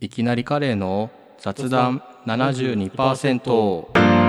いきなりカレーの雑談 72%。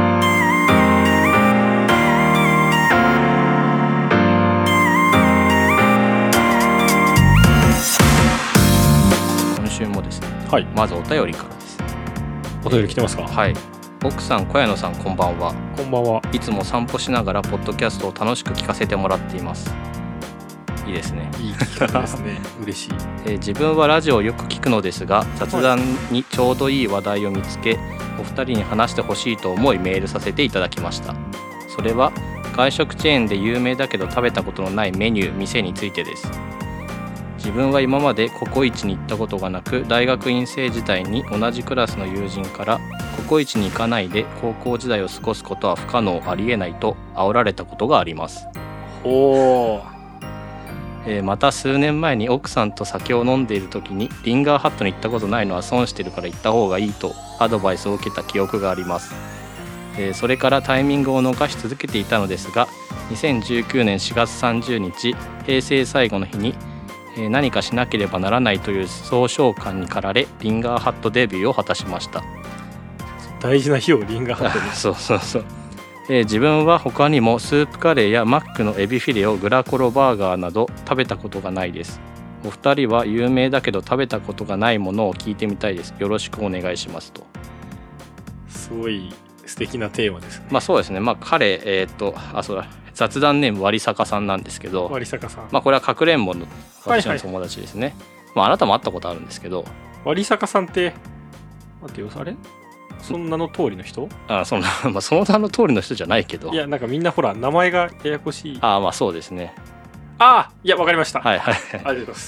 今週もですね、 はい、 まずお便りからです。 お便り来てますか？ はい。奥さん小谷野さん、こんばんは。 こんばんは。 いつも散歩しながらポッドキャストを楽しく聞かせてもらっています。いいですね。 いい聞き方ですね。嬉しい。 自分はラジオをよく聞くのですが、雑談にちょうどいい話題を見つけ、お二人に話してほしいと思いメールさせていただきました。それは外食チェーンで有名だけど食べたことのないメニュー、店についてです。自分は今までココイチに行ったことがなく、大学院生時代に同じクラスの友人からココイチに行かないで高校時代を過ごすことは不可能、ありえないと煽られたことがあります。 おー。また数年前に奥さんと酒を飲んでいる時に、リンガーハットに行ったことないのは損してるから行った方がいいとアドバイスを受けた記憶があります。それからタイミングを逃し続けていたのですが、2019年4月30日平成最後の日に何かしなければならないという総称感に駆られ、リンガーハットデビューを果たしました。 大事な日をリンガーハットにそうそうそう。自分は他にもスープカレーやマックのエビフィレオ、グラコロバーガーなど食べたことがないです。お二人は有名だけど食べたことがないものを聞いてみたいです。よろしくお願いしますと。 すごい素敵なテーマですね。 まあそうですね。まあ彼そうだ、雑談ネーム割坂さんなんですけど、 割坂さん、 まあこれはかくれんぼの私の友達ですね。はいはい、まああなたも会ったことあるんですけど、 割坂さんって待ってよ、あれそんなの通りの人？ そんなまあその名の通りの人じゃないけど、 いやなんかみんなほら名前がややこしい。 まあそうですね。 いやわかりました。 はいはい。 ありがとうございます。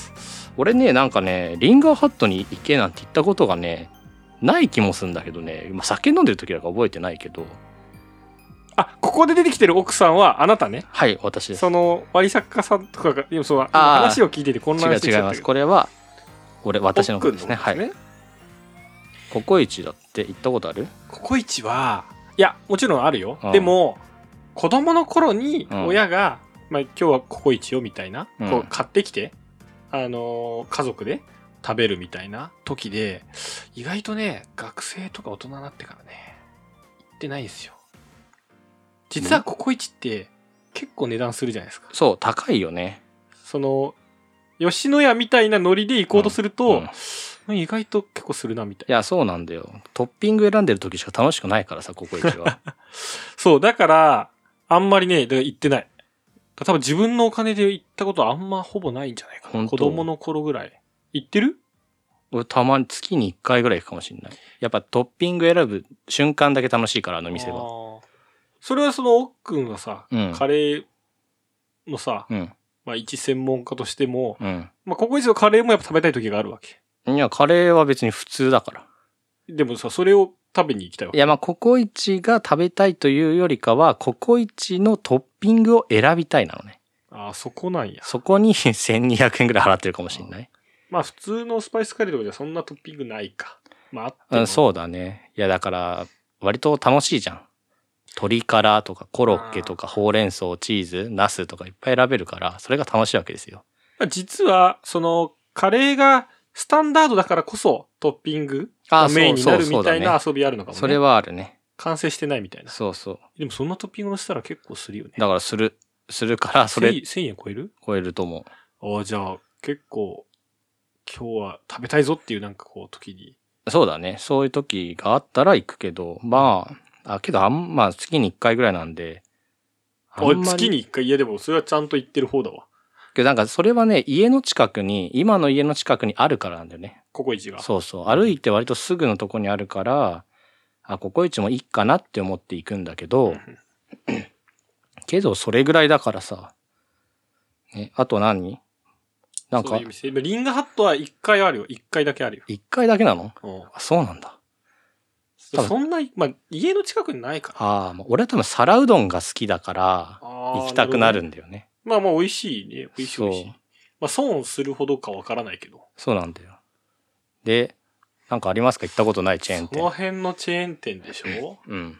俺ね、なんかね、リンガーハットに行けなんて言ったことがねない気もするんだけどね。酒飲んでる時だから覚えてないけど。 ここで出てきてる奥さんはあなたね。 はい、私です。 その割坂さんとかが今話を聞いてて混乱してきちゃったけど。 違います。これは私の方ですね。はい。ココイチだって行ったことある？ ココイチはいやもちろんあるよ。でも子供の頃に親が、今日はココイチよみたいな、こう買ってきて家族で食べるみたいな時で、意外とね学生とか大人になってからね行ってないんですよ。実はココイチって結構値段するじゃないですか。 そう、高いよね。 その吉野家みたいなノリで行こうとすると、意外と結構するなみたいな。 いやそうなんだよ。トッピング選んでる時しか楽しくないからさ、ココイチは。 そうだからあんまりね、だから行ってない。多分自分のお金で行ったことはあんまほぼないんじゃないかな。子供の頃ぐらい。行ってる？ 俺たまに月に1回ぐらい行くかもしれない。やっぱトッピング選ぶ瞬間だけ楽しいから、あの店は。 それはその奥くんがさ、カレーのさ、一専門家としても、ココイチのカレーもやっぱ食べたい時があるわけ。 いや、カレーは別に普通だから。 でもさ、それを食べに行きたいわけ。 いや、ココイチが食べたいというよりかは、ココイチのトッピングを選びたいなのね。 そこなんや。 そこに1200円ぐらい払ってるかもしれない。 普通のスパイスカレーとかじゃそんなトッピングないか。あっても。 そうだね。いや、だから、割と楽しいじゃん。鶏辛とかコロッケとかほうれん草、チーズ、ナスとかいっぱい選べるから、それが楽しいわけですよ。 実は、その、カレーがスタンダードだからこそトッピングがメインになるみたいな遊びあるのかもね。 それはあるね。 完成してないみたいな。 そうそう。 でもそんなトッピングをしたら結構するよね。 だからするからそれ。 1000円超える？ 超えると思う。じゃあ結構今日は食べたいぞっていうなんかこう時に。 そうだね。そういう時があったら行くけど、けど月に1回ぐらいなんで。 月に1回？いやでもそれはちゃんと行ってる方だわ。 けどなんかそれはね、今の家の近くにあるからなんだよね。 ココイチが。 そうそう。歩いて割とすぐのとこにあるから、ココイチもいいかなって思って行くんだけど、けどそれぐらいだからさ。あと何？なんか。 そういう店。リンガーハットは1回あるよ。1回だけあるよ。 1回だけなの？そうなんだ。 そんな、家の近くにないから。 俺は多分皿うどんが好きだから、行きたくなるんだよね。 美味しいね。美味しい。損するほどかわからないけど。 そうなんだよ。で、なんかありますか？行ったことないチェーン店。 その辺のチェーン店でしょ？ うん。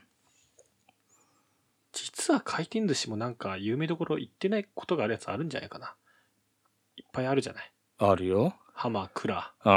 実は回転寿司もなんか有名どころ行ってないことがあるやつあるんじゃないかな。いっぱいあるじゃない。 あるよ。 ハマ、クラ。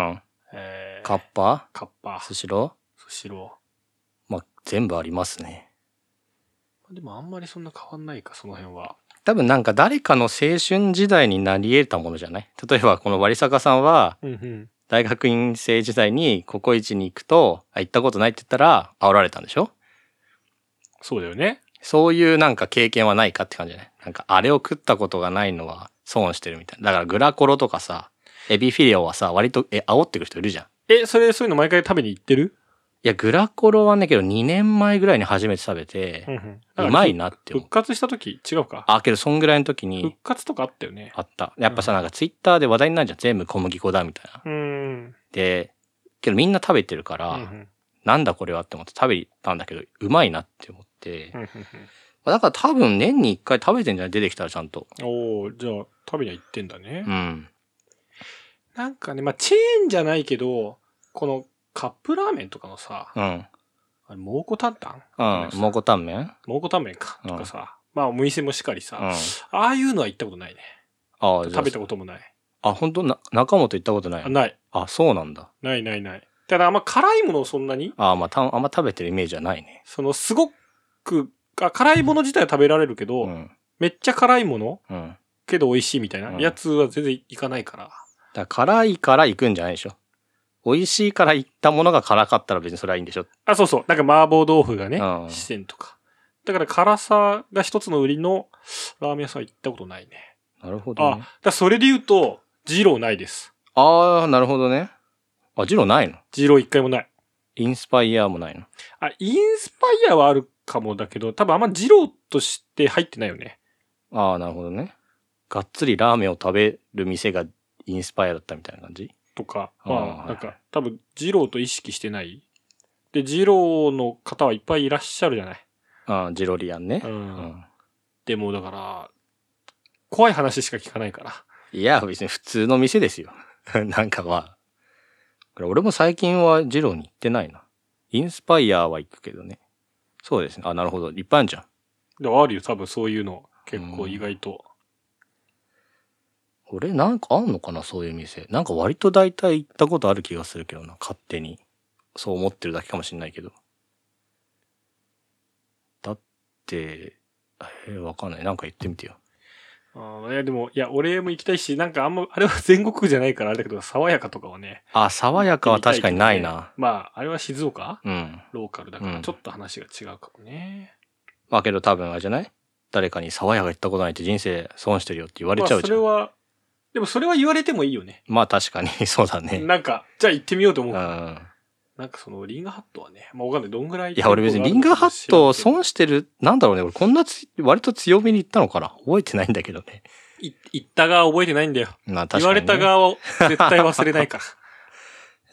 カッパ、 カッパ、 スシロスシロー。まあ、全部ありますね。 でもあんまりそんな変わんないか、その辺は。 多分なんか誰かの青春時代になり得たものじゃない？例えばこの割坂さんは、大学院生時代にココイチに行くと、行ったことないって言ったら煽られたんでしょ？ そうだよね。そういうなんか経験はないかって感じじゃない？なんかあれを食ったことがないのは損してるみたいな。だからグラコロとかさ、エビフィレオはさ、割と煽ってくる人いるじゃん。 そういうの毎回食べに行ってる？ いや、グラコロはね、けど2年前ぐらいに初めて食べて、うまいなって思う。 復活した時違うか。 けどそんぐらいの時に。 復活とかあったよね。 あった。やっぱさ、なんかツイッターで話題になるじゃん。全部小麦粉だみたいな。で、けどみんな食べてるから、なんだこれはって思って食べたんだけど、うまいなって思って。だから多分年に1回食べてんじゃない？出てきたらちゃんと。 じゃあ食べには行ってんだね。なんかね、チェーンじゃないけど、このカップラーメンとかのさ、あれ、蒙古タンタン？ 蒙古タンメン？ 蒙古タンメンか。とかさ、お店もしっかりさ、ああいうのは行ったことないね。食べたこともない。 本当中本行ったことない？ ない。 そうなんだ。 ない。ただあんま辛いものをそんなに？ あんま食べてるイメージはないね。 すごく、辛いもの自体は食べられるけど、めっちゃ辛いもの、けど美味しいみたいなやつは全然いかないから。だから辛いから行くんじゃないでしょ。美味しいから行ったものが辛かったら別にそれはいいんでしょ。 そう。なんか麻婆豆腐がね、四川とか。だから辛さが一つの売りのラーメン屋さんは行ったことないね。 なるほどね。 それで言うと、二郎ないです。 なるほどね。二郎ないの？ 二郎一回もない。 インスパイアもないの？ インスパイアはあるかもだけど、多分あんま二郎として入ってないよね。 なるほどね。がっつりラーメンを食べる店がインスパイアだったみたいな感じ？ とか、なんか、多分、二郎と意識してない。で、二郎の方はいっぱいいらっしゃるじゃない。 ジロリアンね。 でも、だから、怖い話しか聞かないから。 いや、別に普通の店ですよ。なんか俺も最近は二郎に行ってないな。インスパイアは行くけどね。そうですね。なるほど。いっぱいあるじゃん。 でもあるよ、多分そういうの。結構意外と。 俺なんかあんのかな、そういう店。なんか割と大体行ったことある気がするけどな、勝手に。そう思ってるだけかもしんないけど。だって、わかんない。なんか言ってみてよ。 でも、俺も行きたいし、なんかあれは全国区じゃないからあれだけど、爽やかとかはね。 爽やかは確かにないな。 あれは静岡？ローカルだから、ちょっと話が違うかもね。 けど多分あれじゃない？誰かに爽やか行ったことないって人生損してるよって言われちゃうじゃん。 でもそれは言われてもいいよね。 確かに、そうだね。 なんか、じゃあ行ってみようと思うから。なんかリンガーハットはね、わかんない。どんぐらい。 いや、俺別にリンガーハット損してる、なんだろうね。俺こんな割と強めに言ったのかな。覚えてないんだけどね。 言った側覚えてないんだよ。 確かに、ね。 言われた側を絶対忘れないから。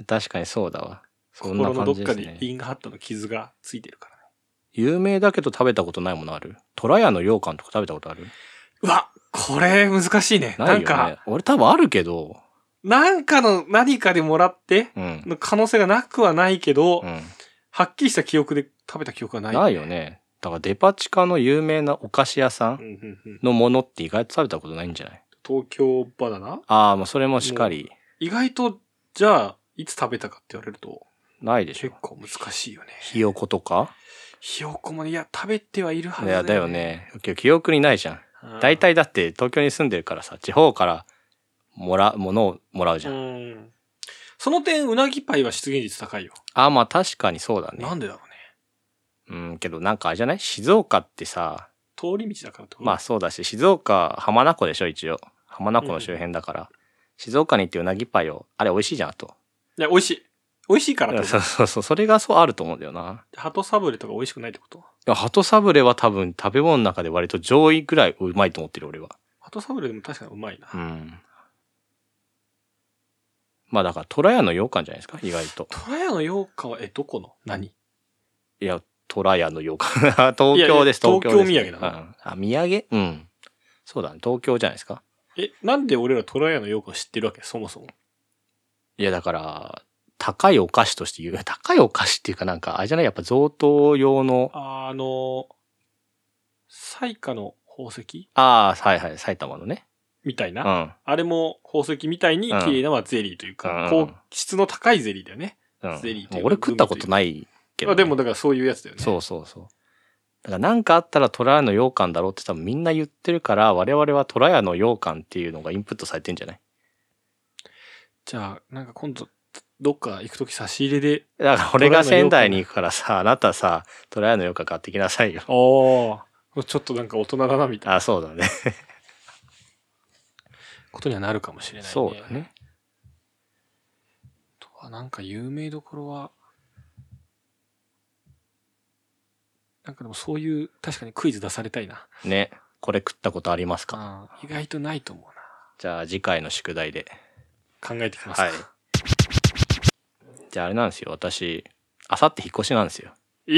確かにそうだわ。 そんな感じですね。心のどっかにリンガーハットの傷がついてるからね。 有名だけど食べたことないものある？トラヤの羊羹とか食べたことある？ うわ、これ難しいね。 ないよね。なんか、俺多分あるけど。 なんかの何かでもらって、の可能性がなくはないけど、はっきりした記憶で食べた記憶がない、 ないよね。だからデパ地下の有名なお菓子屋さんのものって意外と食べたことないんじゃない？ 東京バナナ？ もうそれもしっかり。 意外と、じゃあ、いつ食べたかって言われると。 ないでしょ。 結構難しいよね。 ひよことか？ ひよこも、食べてはいるはずだよね。だよね。記憶にないじゃん。大体だって東京に住んでるからさ、地方から物をもらうじゃん。 その点、うなぎパイは出現率高いよ。 確かにそうだね。 なんでだろうね。けどなんかあれじゃない？静岡ってさ、 通り道だからってこと？ そうだし、静岡、浜名湖でしょ、一応。浜名湖の周辺だから。静岡に行ってうなぎパイを、あれ美味しいじゃん、と。 いや、美味しい。美味しいからってこと？そう。それがあると思うんだよな。 鳩サブレとか美味しくないってこと？ いや、鳩サブレは多分食べ物の中で割と上位ぐらいうまいと思ってる、俺は。 鳩サブレでも確かにうまいな。 だから、虎屋の羊羹じゃないですか、意外と。 虎屋の羊羹は、どこの？何？ いや、虎屋の羊羹。東京です、 東京土産だな。土産？そうだね、東京じゃないですか。 なんで俺ら虎屋の羊羹知ってるわけ？そもそも。 いや、だから、高いお菓子として言う。高いお菓子っていうかなんか、あれじゃない？やっぱ贈答用の。 彩花の宝石？ はいはい、埼玉のね。 みたいな、あれも宝石みたいに綺麗なゼリーというか、高質の高いゼリーだよね。ゼリーというか。 俺食ったことないけど、ね。 でもだからそういうやつだよね。 そうそうそう。だからなんかあったらトラヤの羊羹だろうって多分みんな言ってるから、我々はトラヤの羊羹っていうのがインプットされてんじゃない？ じゃあ、なんか今度、どっか行くとき差し入れで。 だから俺が仙台に行くからさ、あなたさ、トラヤの羊羹買ってきなさいよ。 ああ、ちょっとなんか大人だなみたいな。 あ、そうだね。 ことにはなるかもしれないね。 そうだね。 とはなんか有名どころは、なんかでもそういう確かにクイズ出されたいな。 ね。これ食ったことありますか？ 意外とないと思うな。 じゃあ次回の宿題で考えてきますか。はい。 じゃああれなんですよ。私、あさって引っ越しなんですよ。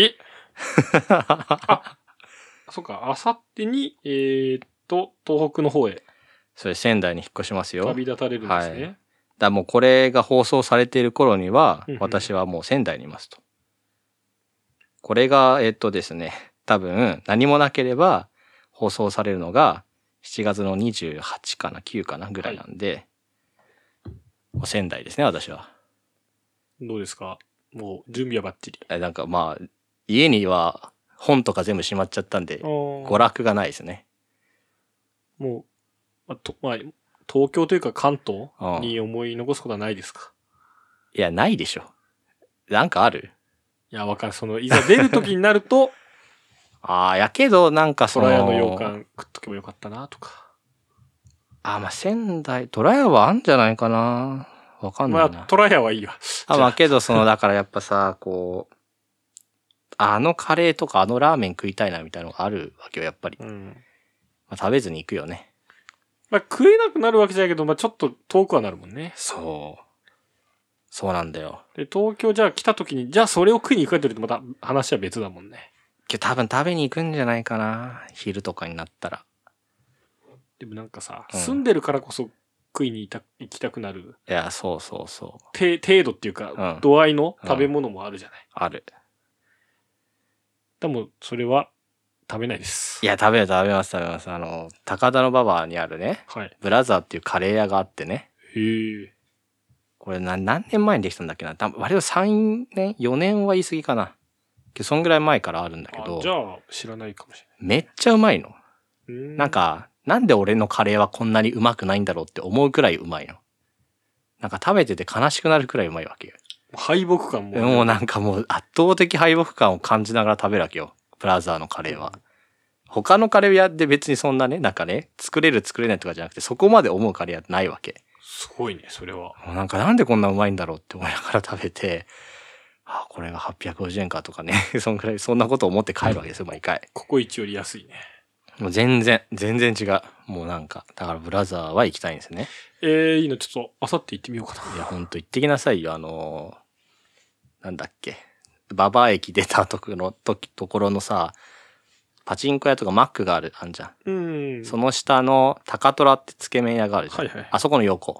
あ、そうか。あさってに、東北の方へ。 それ仙台に引っ越しますよ。 旅立たれるんですね。 はい。だもうこれが放送されている頃には、私はもう仙台にいますと。これが、ですね、多分何もなければ放送されるのが7月の28かな、9かなぐらいなんで、はい、仙台ですね、私は。 どうですか？もう準備はバッチリ。 なんかまあ、家には本とか全部しまっちゃったんで、娯楽がないですね。 もう、東京というか関東に思い残すことはないですか？ いや、ないでしょ。なんかある？ いや、わかる。いざ出る時になると、 やけど、なんかトラヤの羊羹食っとけばよかったな、とか。 まあ、仙台、トラヤはあんじゃないかな。わかんないな。 まあ、トラヤはいいわ。 まあ、けど、だからやっぱさ、こう、あのカレーとかあのラーメン食いたいな、みたいなのがあるわけよ、やっぱり。まあ、食べずに行くよね。 まあ、食えなくなるわけじゃないけど、まあ、ちょっと遠くはなるもんね。 そうなんだよ。 で、東京じゃあ来た時に、じゃあそれを食いに行くかって言うとまた話は別だもんね。 多分食べに行くんじゃないかな。昼とかになったら。 でもなんかさ、住んでるからこそ食いに行きたくなる。 いや、そう。程度っていうか、度合いの食べ物もあるじゃない。 ある。 でも、それは食べないです。 いや、食べます。高田馬場にあるね。 はい。 ブラザーっていうカレー屋があってね。 へえ。 これ何年前にできたんだっけな。割と3年 ?4 年は言い過ぎかな。そんぐらい前からあるんだけど。 じゃあ、知らないかもしれない。 めっちゃうまいの。なんか、なんで俺のカレーはこんなにうまくないんだろうって思うくらいうまいの。なんか食べてて悲しくなるくらいうまいわけよ。 敗北感も。 もうなんかもう圧倒的敗北感を感じながら食べるわけよ。ブラザーのカレーは。他のカレー屋で別にそんなね、なんかね、作れる作れないとかじゃなくて、そこまで思うカレー屋ってないわけ。 すごいね、それは。 なんかなんでこんなうまいんだろうって思いながら食べて、これが850円かとかね、そんなこと思って帰るわけですよ、毎回。 ココイチより安いね。 もう全然違う。もうなんか、だからブラザーは行きたいんですね。 いいの、ちょっと、あさって行ってみようかな。 いや、ほんと行ってきなさいよ、なんだっけ。馬場駅出たところのさ、パチンコ屋とかマックがあんじゃん。その下の高虎ってつけ麺屋があるじゃん。はいはい。あそこの横。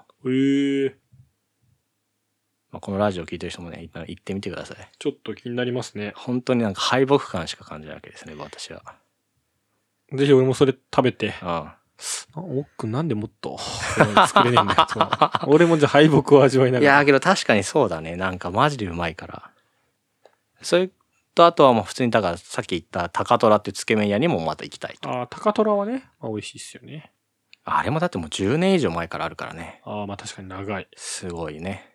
このラジオ聞いてる人もね、行ってみてください。 ちょっと気になりますね。 本当になんか敗北感しか感じないわけですね、私は。 ぜひ俺もそれ食べて。おっくんなんでもっと作れねえんだよ。俺もじゃあ敗北を味わいながら。 いやけど確かにそうだね。なんかマジでうまいから。それとあとはもう普通にだからさっき言った高虎っていうつけ麺屋にもまた行きたいと。 高虎はね、美味しいっすよね。 あれもだってもう10年以上前からあるからね。 まあ確かに長い。 すごいね。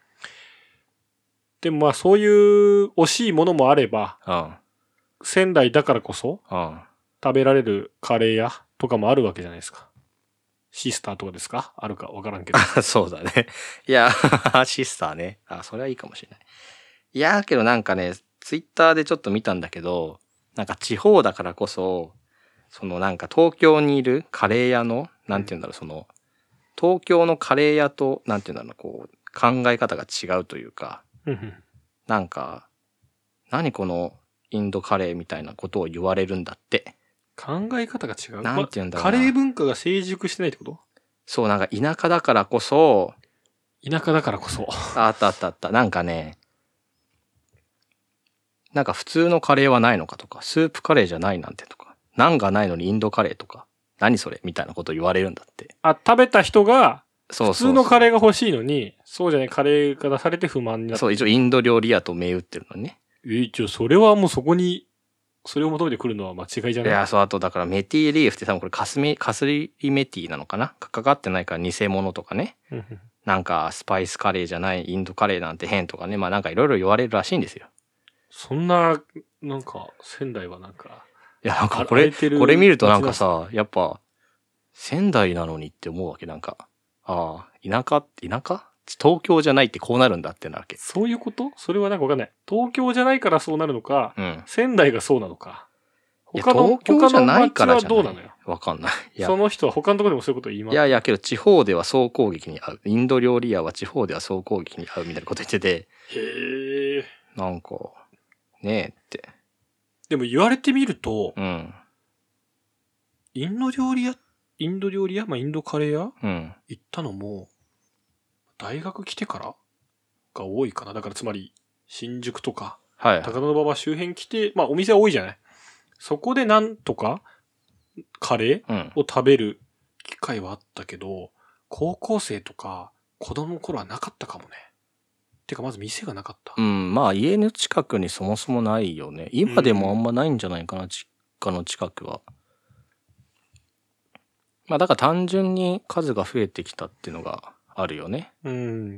でもまあそういう惜しいものもあれば、仙台だからこそ、食べられるカレー屋とかもあるわけじゃないですか。シスターとかですか？あるかわからんけど。 そうだね。いや、シスターね。それはいいかもしれない。いや、けどなんかね、ツイッターでちょっと見たんだけど、なんか地方だからこそ、なんか東京にいるカレー屋の、なんていうんだろう、東京のカレー屋と、なんていうんだろう、こう、考え方が違うというか、なんか、何このインドカレーみたいなことを言われるんだって。 考え方が違う。 なんていうんだろうな。 カレー文化が成熟してないってこと？ そう、なんか田舎だからこそ。 田舎だからこそ。 あった。なんかね、なんか普通のカレーはないのかとか、スープカレーじゃないなんてとか、ナンがないのにインドカレーとか、 何それみたいなこと言われるんだって。 あ、食べた人が、 そうそうそう、 普通のカレーが欲しいのに、そうじゃないカレーが出されて不満になって。 そう、一応インド料理屋と銘打ってるのにね。 一応それはもうそこに、それを求めてくるのは間違いじゃない？ いや、そう、あとだからメティリーフって多分これカスリメティなのかな、かかってないから偽物とかね。なんかスパイスカレーじゃないインドカレーなんて変とかね。まあなんかいろいろ言われるらしいんですよ。 そんな、なんか仙台はなんか。 いやなんかこれ見るとなんかさ、やっぱ仙台なのにって思うわけ。なんか、ああ、田舎東京じゃないってこうなるんだってなるわけ。 そういうこと？それはなんかわかんない。東京じゃないからそうなるのか、 うん、 仙台がそうなのか。 東京じゃないからじゃない。 他の町はどうなのよ。 わかんない。いや、 その人は他のところでもそういうこと言います。 いや、けど地方では総攻撃に遭う。インド料理屋は地方では総攻撃に遭うみたいなこと言ってて。 へえ。 なんか、ねえって。 でも言われてみると、 うん。 インド料理屋、まあ、インドカレー屋、 うん、 行ったのも、大学来てからが多いかな。だからつまり、新宿とか、 はい、 高田馬場周辺来て、まあお店は多いじゃない。そこでなんとか、カレーを食べる機会はあったけど、高校生とか子供の頃はなかったかもね。てかまず店がなかった。 うん、まあ家の近くにそもそもないよね。今でもあんまないんじゃないかな、実家の近くは。まあだから単純に数が増えてきたっていうのがあるよね。 うん。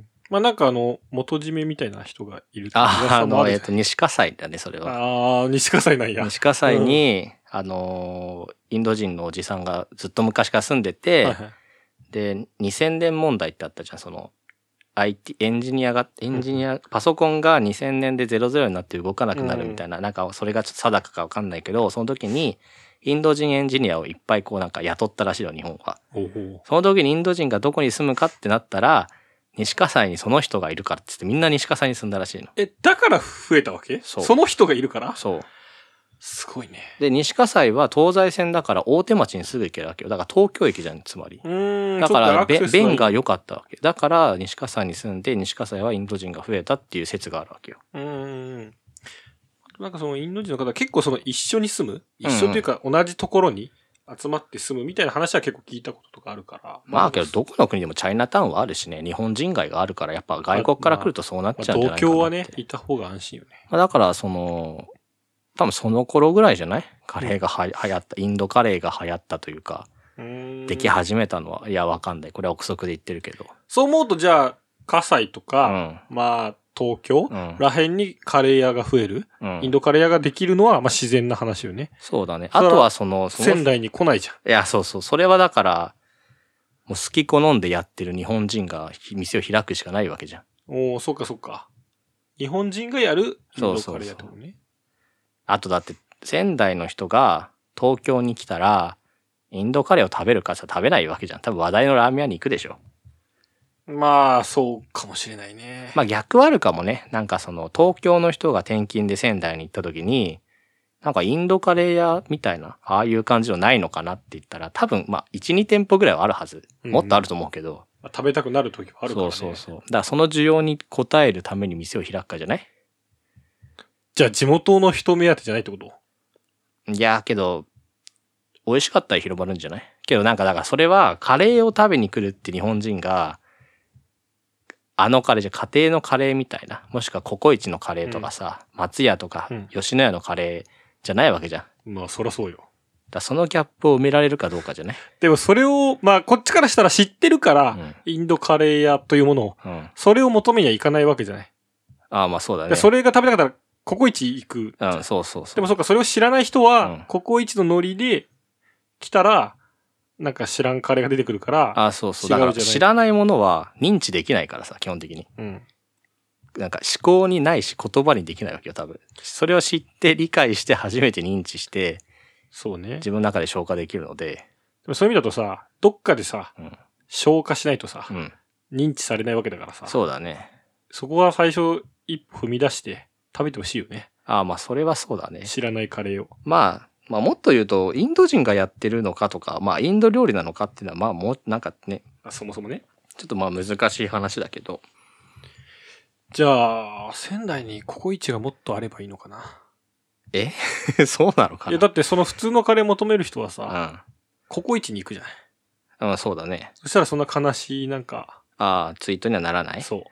まあなんか元締めみたいな人がいるって西葛西だね、それは。ああ、西葛西なんや。 西葛西に、インド人のおじさんがずっと昔から住んでて、はいはい、で、2000年問題ってあったじゃん、その、IT、パソコンが2000年で00になって動かなくなるみたいな、なんかそれがちょっと定かかわかんないけど、その時に、インド人エンジニアをいっぱいこうなんか雇ったらしいよ、日本は。その時にインド人がどこに住むかってなったら、西葛西にその人がいるからって言ってみんな西葛西に住んだらしいの。 だから増えたわけ？その人がいるから？ そう。 すごいね。 で、西葛西は東西線だから大手町にすぐ行けるわけよ。だから東京駅じゃん、つまり。だから便が良かったわけ。だから西葛西に住んで西葛西はインド人が増えたっていう説があるわけよ。 なんかそのインド人の方は結構その一緒に住む、一緒というか同じところに集まって住むみたいな話は結構聞いたこととかあるから。 まあけどどこの国でもチャイナタウンはあるしね、日本人街があるからやっぱ外国から来るとそうなっちゃうんじゃないかなって。 東京はね、いた方が安心よね。 だから多分その頃ぐらいじゃない？カレーが流行った、インドカレーが流行ったというか、でき始めたのは、いやわかんない。これは憶測で言ってるけど。 そう思うとじゃあ、葛西とか、まあ、東京らへんにカレー屋が増える、インドカレー屋ができるのは、まあ自然な話よね。 そうだね。あとは仙台に来ないじゃん。 いや、そう。それはだから、もう好き好んでやってる日本人が店を開くしかないわけじゃん。 おー、そっか。日本人がやるインドカレー屋ってことね。 あとだって、仙台の人が東京に来たら、インドカレーを食べるかさ、食べないわけじゃん。多分話題のラーメン屋に行くでしょ。 まあ、そうかもしれないね。 まあ逆はあるかもね。なんか東京の人が転勤で仙台に行った時に、なんかインドカレー屋みたいな、ああいう感じのないのかなって言ったら、多分まあ1、2店舗ぐらいはあるはず。もっとあると思うけど。 食べたくなる時はあるからね。 そう。だからその需要に応えるために店を開くかじゃない？ じゃあ地元の人目当てじゃないってこと？ いや、けど、美味しかったら広まるんじゃない？けどなんかだからそれはカレーを食べに来るって日本人が、カレーじゃ家庭のカレーみたいな、もしくはココイチのカレーとかさ、松屋とか吉野家のカレーじゃないわけじゃん。 まあそりゃそうよ。 だそのギャップを埋められるかどうかじゃない？ でもそれを、まあこっちからしたら知ってるから、インドカレー屋というものを、それを求めにはいかないわけじゃない。 ああまあそうだね。 それが食べたかったらココイチ行く。 そう。 でもそっか、それを知らない人は、ココイチのノリで来たら、なんか知らんカレーが出てくるから。 そう。だから知らないものは認知できないからさ、基本的に。なんか思考にないし言葉にできないわけよ、多分。それを知って理解して初めて認知して、 そうね。 自分の中で消化できるので。 でもそういう意味だとさ、どっかでさ、消化しないとさ、認知されないわけだからさ。 そうだね。 そこは最初一歩踏み出して食べてほしいよね。 まあそれはそうだね。 知らないカレーを。 まあもっと言うと、インド人がやってるのかとか、まあインド料理なのかっていうのは、まあもうなんかね。 そもそもね。 ちょっとまあ難しい話だけど。 じゃあ、仙台にココイチがもっとあればいいのかな。 そうなのかな。 いやだってその普通のカレー求める人はさ、 ココイチに行くじゃない。 うん、そうだね。 そしたらそんな悲しいなんか。 ツイートにはならない？ そう。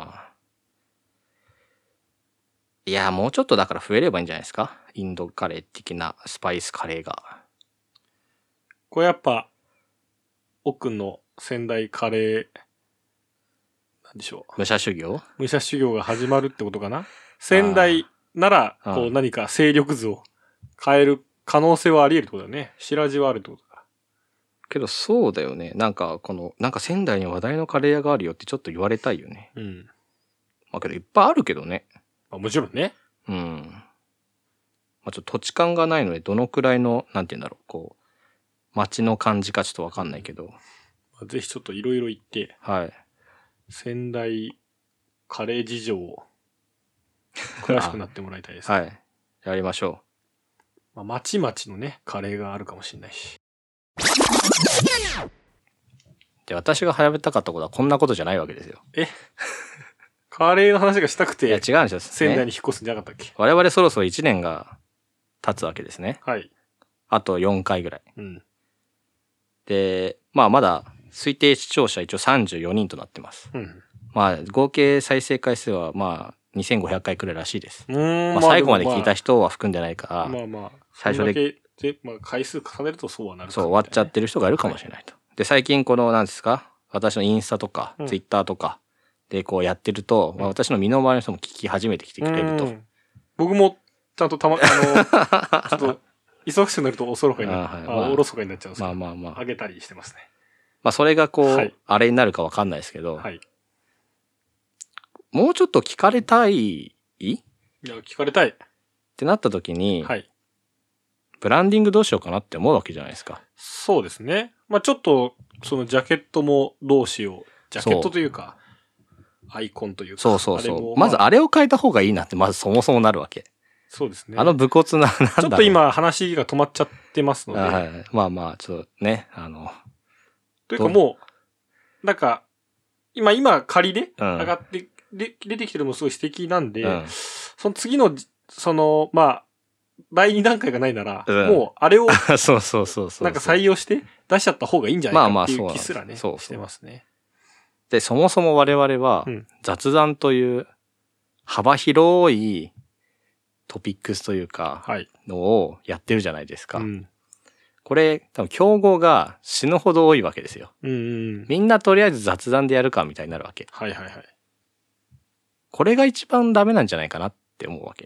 いや、もうちょっとだから増えればいいんじゃないですか？インドカレー的なスパイスカレーが。 これやっぱ、奥の仙台カレー、なんでしょう。 武者修行？ 武者修行が始まるってことかな。仙台なら、こう何か勢力図を変える可能性はあり得るってことだね。白地はあるってことだ。 けどそうだよね。なんか仙台に話題のカレー屋があるよってちょっと言われたいよね。 うん。 まあけどいっぱいあるけどね。 もちろんね。 うん。まあちょっと土地勘がないのでどのくらいの、なんて言うんだろう、こう、街の感じかちょっとわかんないけど。 ぜひちょっといろいろ言って。 はい。 仙台カレー事情を詳しくなってもらいたいです、 ね。はい。やりましょう。まあ、町々のね、カレーがあるかもしれないし。 で、私が調べたかったことはこんなことじゃないわけですよ。 カレーの話がしたくて。 いや、違うんですよ。 仙台に引っ越すんじゃなかったっけ？ 我々そろそろ1年が経つわけですね。 はい。 あと4回ぐらい。 うん。 で、まあまだ推定視聴者一応34人となってます。 うん。 まあ合計再生回数はまあ2500回くらいらしいです。 まあ最後まで聞いた人は含んでないから、 まあまあ、 最初で、 まあ回数重ねるとそうはなるか、ね、 そう終わっちゃってる人がいるかもしれないと。はい、で、最近この何ですか、私のインスタとかツイッターとかでこうやってると、まあ、私の身の回りの人も聞き始めてきてくれると。 僕もちゃんとちょっと忙しくなるとおろそかになっちゃうんですけど、まあ上げたりしてますね。 まあそれがこう、はい、あれになるかわかんないですけど、はい、もうちょっと聞かれたい？いや、聞かれたいってなった時に、 はい、 ブランディングどうしようかなって思うわけじゃないですか。 そうですね。まあちょっとそのジャケットもどうしよう。ジャケットというかアイコンというか、 そう、まずあれを変えた方がいいなってまずそもそもなるわけ。 そうですね。 武骨な、なんだろう。 ちょっと今話が止まっちゃってますので。 はい、まあまあ、ちょっとね、 というかもう、なんか、今仮で上がって、出てきてるのもすごい素敵なんで、その次の、まあ、第2段階がないなら、もうあれを、なんか採用して出しちゃった方がいいんじゃないかっていう気すらね、してますね。 で、そもそも我々は、雑談という幅広いトピックスというか、のをやってるじゃないですか。はい、これ、多分競合が死ぬほど多いわけですよ。みんなとりあえず雑談でやるかみたいになるわけ。 はいはいはい。 これが一番ダメなんじゃないかなって思うわけ。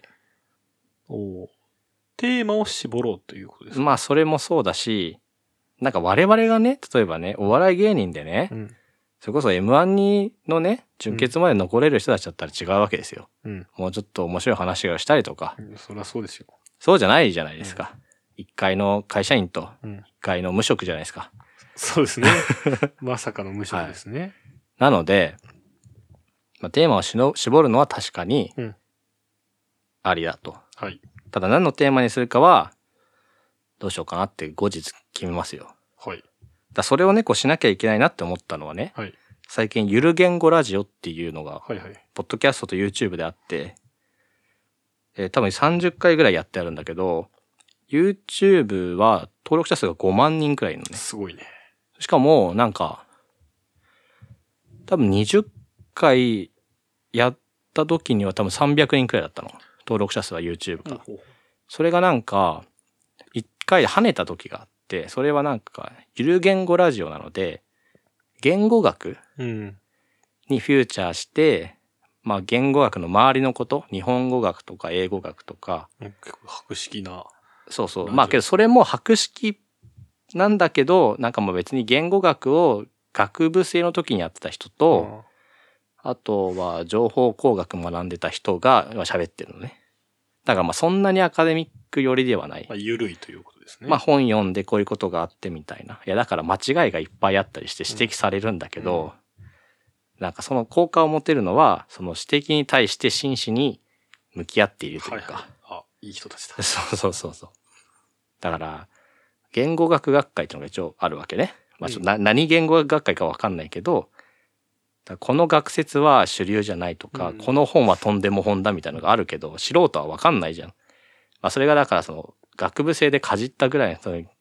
テーマを絞ろうということですか？ まあそれもそうだし、なんか我々がね、例えばね、お笑い芸人でね、それこそ M1 のね、準決まで残れる人たちだったら違うわけですよ。もうちょっと面白い話をしたりとか。 そりゃそうですよ。 そうじゃないじゃないですか。1階の会社員と1階の無職じゃないですか。 そうですね。まさかの無職ですね。はい、 なので、まあ、テーマを絞るのは確かにありだと。 はい、 ただ何のテーマにするかはどうしようかなって後日決めますよ。 はい、 だそれをね、こうしなきゃいけないなって思ったのはね、はい、最近ゆる言語ラジオっていうのが、ポッドキャストと YouTube であって、多分30回ぐらいやってあるんだけど、YouTube は登録者数が5万人くらいいるのね。 すごいね。 しかも、なんか、多分20回やった時には多分300人くらいだったの。登録者数は YouTube が。それがなんか、1回跳ねた時があって、それはなんか、ゆる言語ラジオなので、言語学にフューチャーして、まあ言語学の周りのこと、日本語学とか英語学とか。 結構博識な。 そうそう。まあけどそれも博識なんだけど、なんかもう別に言語学を学部生の時にやってた人と、あとは情報工学学んでた人が喋ってるのね。だからまあそんなにアカデミック寄りではない。 まあ緩いということですね。 まあ本読んでこういうことがあってみたいな。いやだから間違いがいっぱいあったりして指摘されるんだけど、なんかその効果を持てるのは、その指摘に対して真摯に向き合っているというか。 いい人たちだ。 そう。だから、言語学学会っていうのが一応あるわけね。まあちょっと何言語学会かわかんないけど、この学説は主流じゃないとか、この本はとんでも本だみたいなのがあるけど、素人はわかんないじゃん。まあそれがだからその学部生でかじったぐらいの人に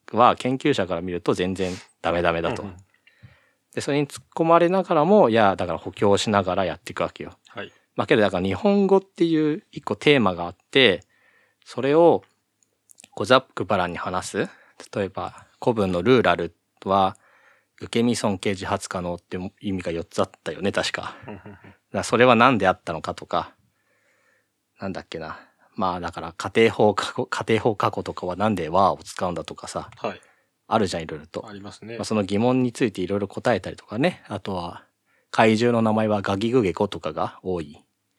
は研究者から見ると全然ダメだと、 うんうん、 でそれに突っ込まれながらもいやだから補強しながらやっていくわけよ。 はい。 まあけどだから日本語っていう一個テーマがあってそれをこうざっくばらんに話す。例えば古文のルーラルは受け身尊敬自発可能って意味が4つあったよね確か。だからそれは何であったのかとかなんだっけな。まあだから家庭法過去とかはなんで和を使うんだとかさ、 はい、 あるじゃんいろいろと。 ありますね。 まあ、その疑問についていろいろ答えたりとかね。あとは怪獣の名前はガギグゲコとかが多い。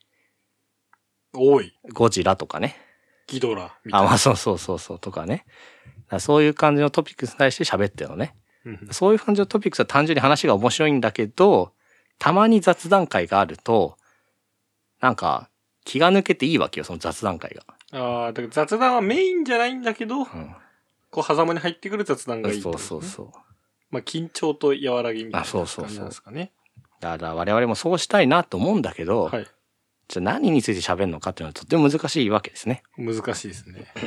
ゴジラとかね。 ギドラみたいな。 まあそうとかね。そういう感じのトピックスに対して喋ってるのね。そういう感じのトピックスは単純に話が面白いんだけど、たまに雑談会があると、なんか気が抜けていいわけよ、その雑談会が。 だから雑談はメインじゃないんだけど、こう狭間に入ってくる雑談がいいってことね。そう。まあ緊張と和らぎみたいな感じなんですかね。 だから我々もそうしたいなと思うんだけど、はい、じゃあ何について喋るのかっていうのはとっても難しいわけですね。 難しいですね。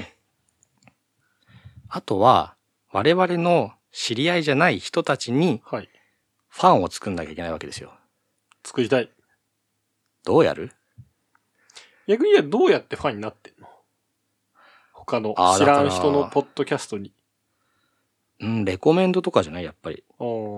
あとは我々の知り合いじゃない人たちにファンを作んなきゃいけないわけですよ。 作りたい。 どうやる？ 逆にどうやってファンになってんの？他の知らん人のポッドキャストに。 レコメンドとかじゃないやっぱり。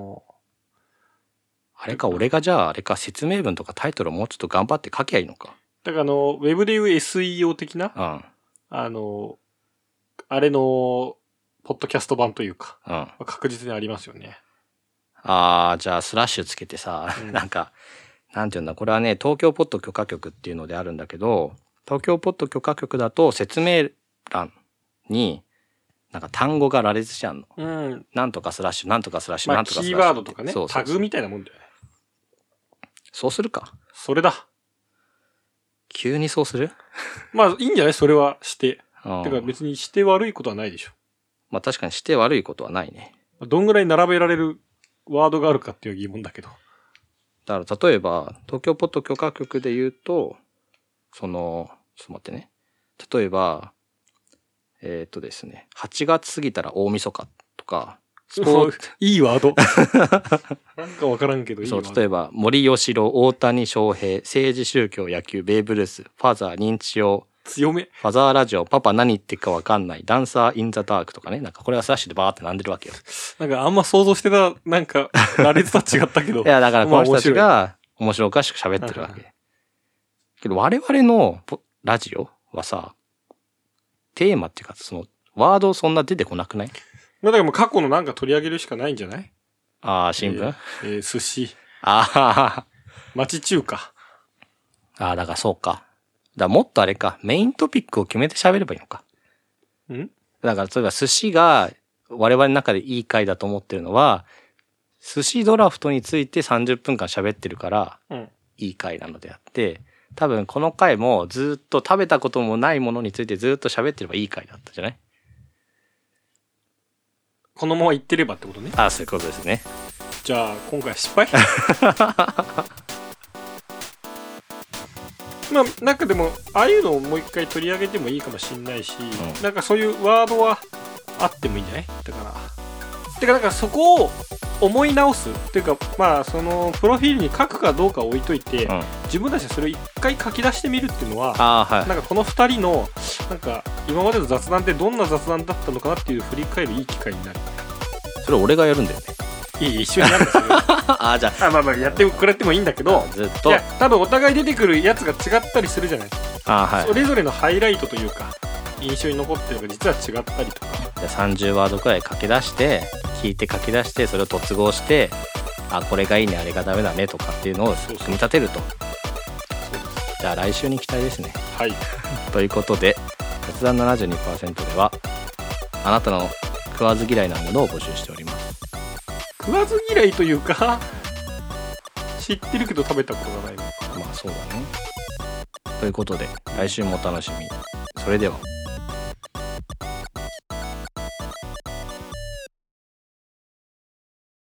あれか、俺がじゃああれか説明文とかタイトルをもうちょっと頑張って書きゃいいのか。 だからウェブでいう SEO 的な、あれのポッドキャスト版というか、確実にありますよね。 じゃあスラッシュつけてさ、なんかなんていうんだ、これはね東京ポッド許可局っていうのであるんだけど、東京ポッド許可局だと説明欄になんか単語が羅列してあるの。なんとかスラッシュなんとかスラッシュなんとかスラッシュ。 キーワードとかね、タグみたいなもんだよね。 そうするか。 それだ。 急にそうする？ まあいいんじゃない？それはして。てか別にして悪いことはないでしょ。 まあ確かにして悪いことはないね。 どんぐらい並べられるワードがあるかっていう疑問だけど。 だから例えば東京ポッド許可局で言うとちょっと待ってね。例えばですね、8月過ぎたら大晦日とか。 いいワード。なんかわからんけどいいワード。 そう、例えば森喜朗、大谷翔平、政治宗教野球ベーブルース、ファザー認知症、 強め。 ファザーラジオ、パパ何言ってるかわかんない、ダンサーインザダークとかね、なんかこれはスラッシュでバーって並んでるわけよ。 なんかあんま想像してたなんか羅列とは違ったけど。 いやだからこの人たちが面白おかしく喋ってるわけ。けど我々のラジオはさ、テーマっていうかそのワードそんな出てこなくない？ まあだからもう過去のなんか取り上げるしかないんじゃない？ 新聞？ 寿司。 町中華。 だからそうか。だからもっとあれか、メイントピックを決めて喋ればいいのか。だから例えば寿司が我々の中でいい回だと思ってるのは、寿司ドラフトについて30分間喋ってるから、いい回なのであって、多分この回もずっと食べたこともないものについてずっと喋ってればいい回だったじゃない？ このまま言ってればってことね。 そういうことですね。 じゃあ今回失敗まあなんかでもああいうのをもう一回取り上げてもいいかもしんないし、なんかそういうワードはあってもいいんじゃない？だからなんかそこを思い直すっていうか、まあそのプロフィールに書くかどうか置いといて、自分たちでそれを一回書き出してみるっていうのは、なんかこの2人のなんか今までの雑談ってどんな雑談だったのかなっていう振り返るいい機会になる。 それ俺がやるんだよね。 一緒にやるんですよ。じゃあまあやってくれてもいいんだけど、 ずっと多分お互い出てくるやつが違ったりするじゃない。それぞれのハイライトというか印象に残ってるのが実は違ったりとか。 30ワードくらい書き出して聞いて書き出してそれを突合してこれがいいねあれがダメだねとかっていうのを組み立てると。じゃあ来週に期待ですね。 はいということで雑談 72% ではあなたの食わず嫌いなものを募集しております。 食わず嫌いというか知ってるけど食べたことがないのか。 まあそうだね。ということで来週もお楽しみ。それでは。